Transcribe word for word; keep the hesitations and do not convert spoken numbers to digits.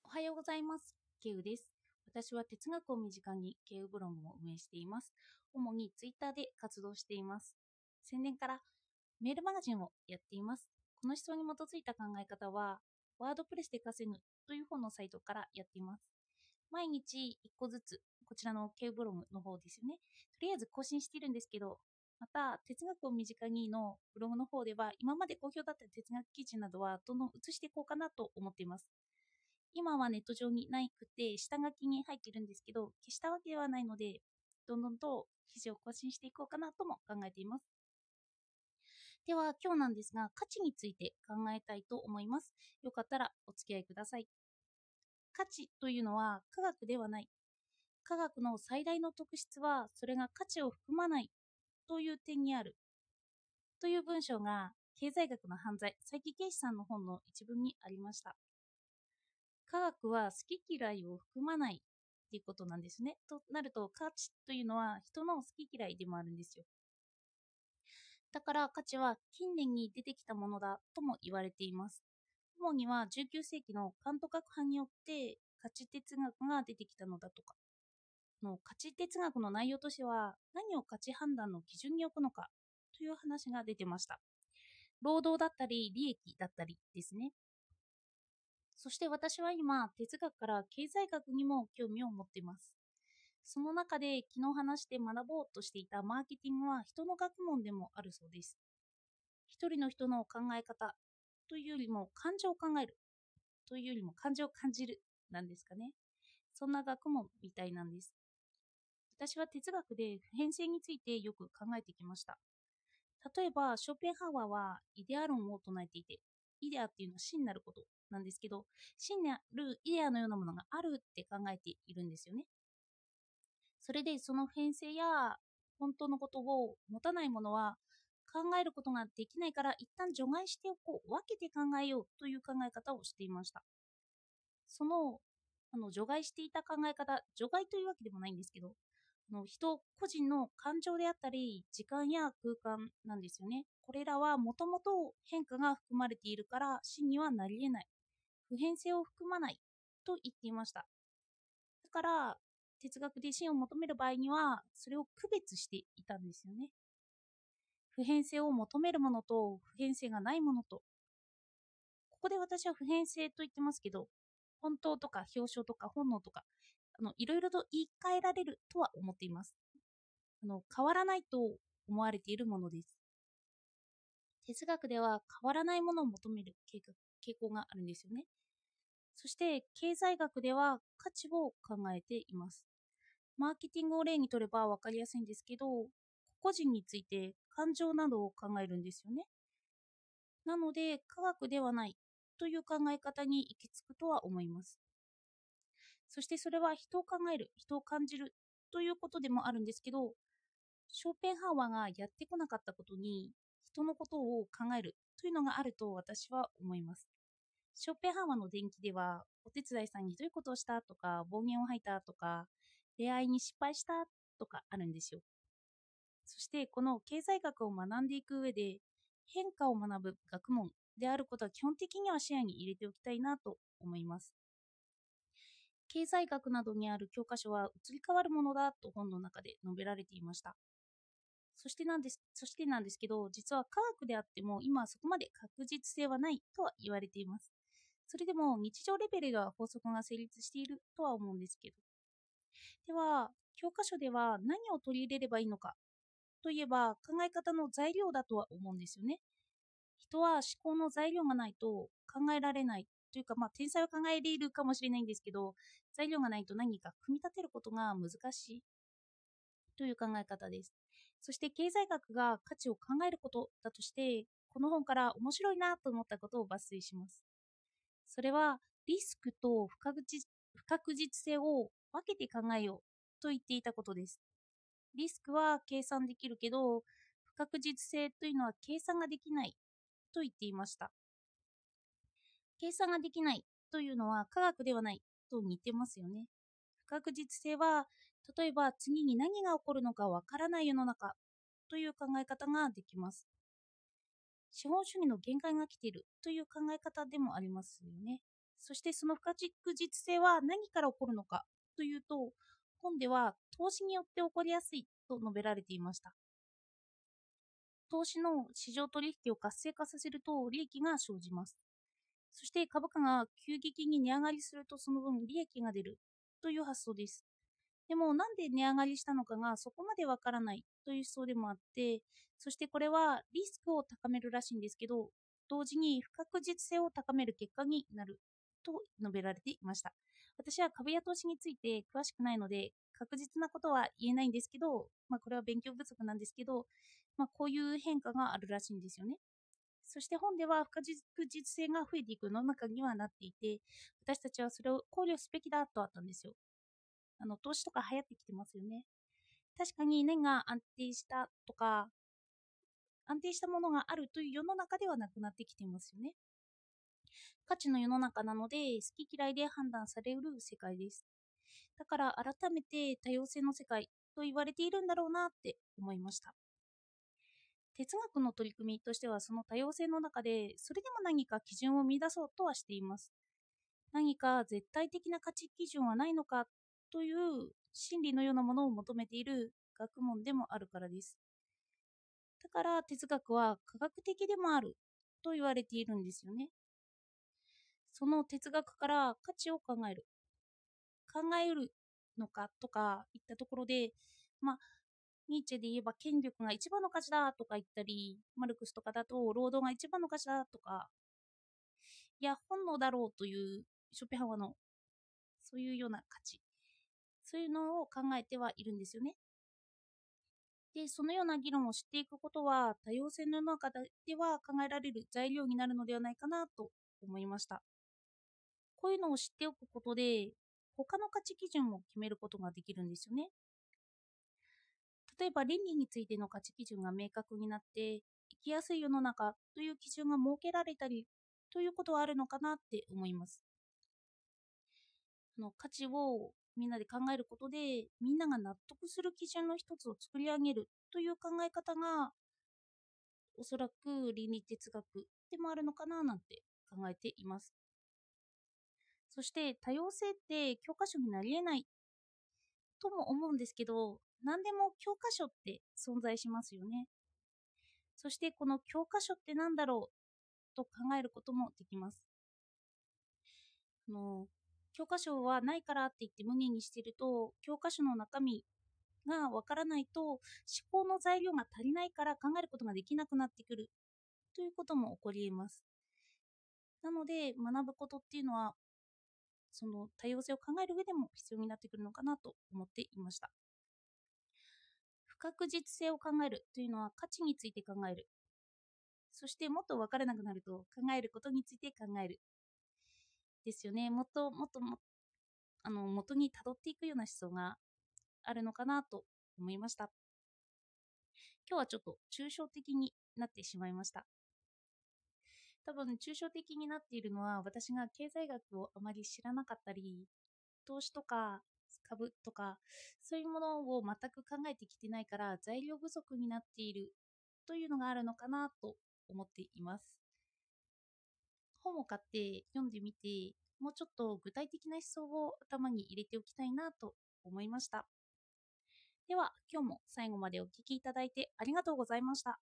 おはようございます。ケウです。私は哲学を身近にケウブログを運営しています。主にツイッターで活動しています。宣伝からメールマガジンをやっています。この思想に基づいた考え方は、ワードプレスで稼ぐという本のサイトからやっています。毎日いっこずつ、こちらのケウブログの方ですよね。とりあえず更新しているんですけど、また、哲学を身近にのブログの方では、今まで好評だった哲学記事などはどんどん移していこうかなと思っています。今はネット上にないくて下書きに入っているんですけど、消したわけではないので、どんどんと記事を更新していこうかなとも考えています。では今日なんですが、価値について考えたいと思います。よかったらお付き合いください。価値というのは科学ではない。科学の最大の特質はそれが価値を含まないという点にあるという文章が経済学の犯罪、佐伯啓士さんの本の一文にありました。科学は好き嫌いを含まないっていうことなんですね。となると価値というのは人の好き嫌いでもあるんですよ。だから価値は近年に出てきたものだとも言われています。主にはじゅうきゅう世紀のカント学派によって価値哲学が出てきたのだとか。の価値哲学の内容としては何を価値判断の基準に置くのかという話が出てました。労働だったり利益だったりですね。そして私は今、哲学から経済学にも興味を持っています。その中で昨日話して学ぼうとしていたマーケティングは人の学問でもあるそうです。一人の人の考え方というよりも感情を考えるというよりも感情を感じるなんですかね。そんな学問みたいなんです。私は哲学で普遍性についてよく考えてきました。例えば、ショーペンハワーはイデア論を唱えていて、イデアっていうのは真なることなんですけど、真なるイデアのようなものがあるって考えているんですよね。それでその普遍性や本当のことを持たないものは考えることができないから一旦除外しておこう、分けて考えようという考え方をしていました。そのあの除外していた考え方、除外というわけでもないんですけど、あの人個人の感情であったり時間や空間なんですよね。これらはもともと変化が含まれているから真にはなり得ない。普遍性を含まないと言っていました。だから哲学で真を求める場合にはそれを区別していたんですよね。普遍性を求めるものと普遍性がないものと、ここで私は普遍性と言ってますけど、本当とか表彰とか本能とか、あのいろいろと言い換えられるとは思っています。あの変わらないと思われているものです。哲学では変わらないものを求める傾向があるんですよね。そして経済学では価値を考えています。マーケティングを例にとれば分かりやすいんですけど、個々人について感情などを考えるんですよね。なので科学ではないという考え方に行き着くとは思います。そしてそれは人を考える、人を感じるということでもあるんですけど、ショーペンハワーがやってこなかったことに人のことを考えるというのがあると私は思います。ショーペンハワーの伝記では、お手伝いさんにどういうことをしたとか、暴言を吐いたとか、恋愛に失敗したとかあるんですよ。そしてこの経済学を学んでいく上で、変化を学ぶ学問であることは基本的には視野に入れておきたいなと思います。経済学などにある教科書は移り変わるものだと本の中で述べられていました。そしてなんです、そしてなんですけど、実は科学であっても今はそこまで確実性はないとは言われています。それでも日常レベルでは法則が成立しているとは思うんですけど。では、教科書では何を取り入れればいいのかといえば考え方の材料だとは思うんですよね。人は思考の材料がないと考えられないというか、まあ、天才は考えれるかもしれないんですけど、材料がないと何か組み立てることが難しいという考え方です。そして経済学が価値を考えることだとして、この本から面白いなと思ったことを抜粋します。それはリスクと不確実不確実性を分けて考えようと言っていたことです。リスクは計算できるけど、不確実性というのは計算ができないと言っていました。計算ができないというのは科学ではないと似てますよね。不確実性は、例えば次に何が起こるのかわからない世の中という考え方ができます。資本主義の限界が来ているという考え方でもありますよね。 そしてその不確実性は何から起こるのかというと、本では投資によって起こりやすいと述べられていました。投資の市場取引を活性化させると利益が生じます。そして株価が急激に値上がりするとその分利益が出るという発想です。でもなんで値上がりしたのかがそこまでわからないという思想でもあって、そしてこれはリスクを高めるらしいんですけど、同時に不確実性を高める結果になると述べられていました。私は株や投資について詳しくないので確実なことは言えないんですけど、まあ、これは勉強不足なんですけど、まあ、こういう変化があるらしいんですよね。そして本では不確実性が増えていく世の中にはなっていて、私たちはそれを考慮すべきだとあったんですよ。あの投資とか流行ってきてますよね。確かに年が安定したとか、安定したものがあるという世の中ではなくなってきていますよね。価値の世の中なので、好き嫌いで判断される世界です。だから改めて多様性の世界と言われているんだろうなって思いました。哲学の取り組みとしてはその多様性の中でそれでも何か基準を見出そうとはしています。何か絶対的な価値基準はないのかという真理のようなものを求めている学問でもあるからです。だから哲学は科学的でもあると言われているんですよね。その哲学から価値を考える、考えうるのかとかいったところで、まあ、ニーチェで言えば権力が一番の価値だとか言ったり、マルクスとかだと労働が一番の価値だとか、いや、本能だろうというショペンハワーのそういうような価値、そういうのを考えてはいるんですよね。で、そのような議論を知っていくことは、多様性の世の中では考えられる材料になるのではないかなと思いました。こういうのを知っておくことで、他の価値基準も決めることができるんですよね。例えば、倫理についての価値基準が明確になって、生きやすい世の中という基準が設けられたりということはあるのかなって思います。あの価値をみんなで考えることで、みんなが納得する基準の一つを作り上げるという考え方が、おそらく倫理哲学でもあるのかななんて考えています。そして多様性って教科書になり得ないとも思うんですけど、何でも教科書って存在しますよね。そしてこの教科書って何だろうと考えることもできます。あの教科書はないからって言って無限にしていると、教科書の中身がわからないと思考の材料が足りないから考えることができなくなってくるということも起こり得ます。なので学ぶことっていうのはその多様性を考える上でも必要になってくるのかなと思っていました。不確実性を考えるというのは価値について考える。そしてもっと分からなくなると考えることについて考える。ですよね。もっともっともあの元に辿っていくような思想があるのかなと思いました。今日はちょっと抽象的になってしまいました。多分抽象的になっているのは私が経済学をあまり知らなかったり、投資とか株とかそういうものを全く考えてきてないから材料不足になっているというのがあるのかなと思っています。本を買って読んでみて、もうちょっと具体的な思想を頭に入れておきたいなと思いました。では今日も最後までお聞きいただいてありがとうございました。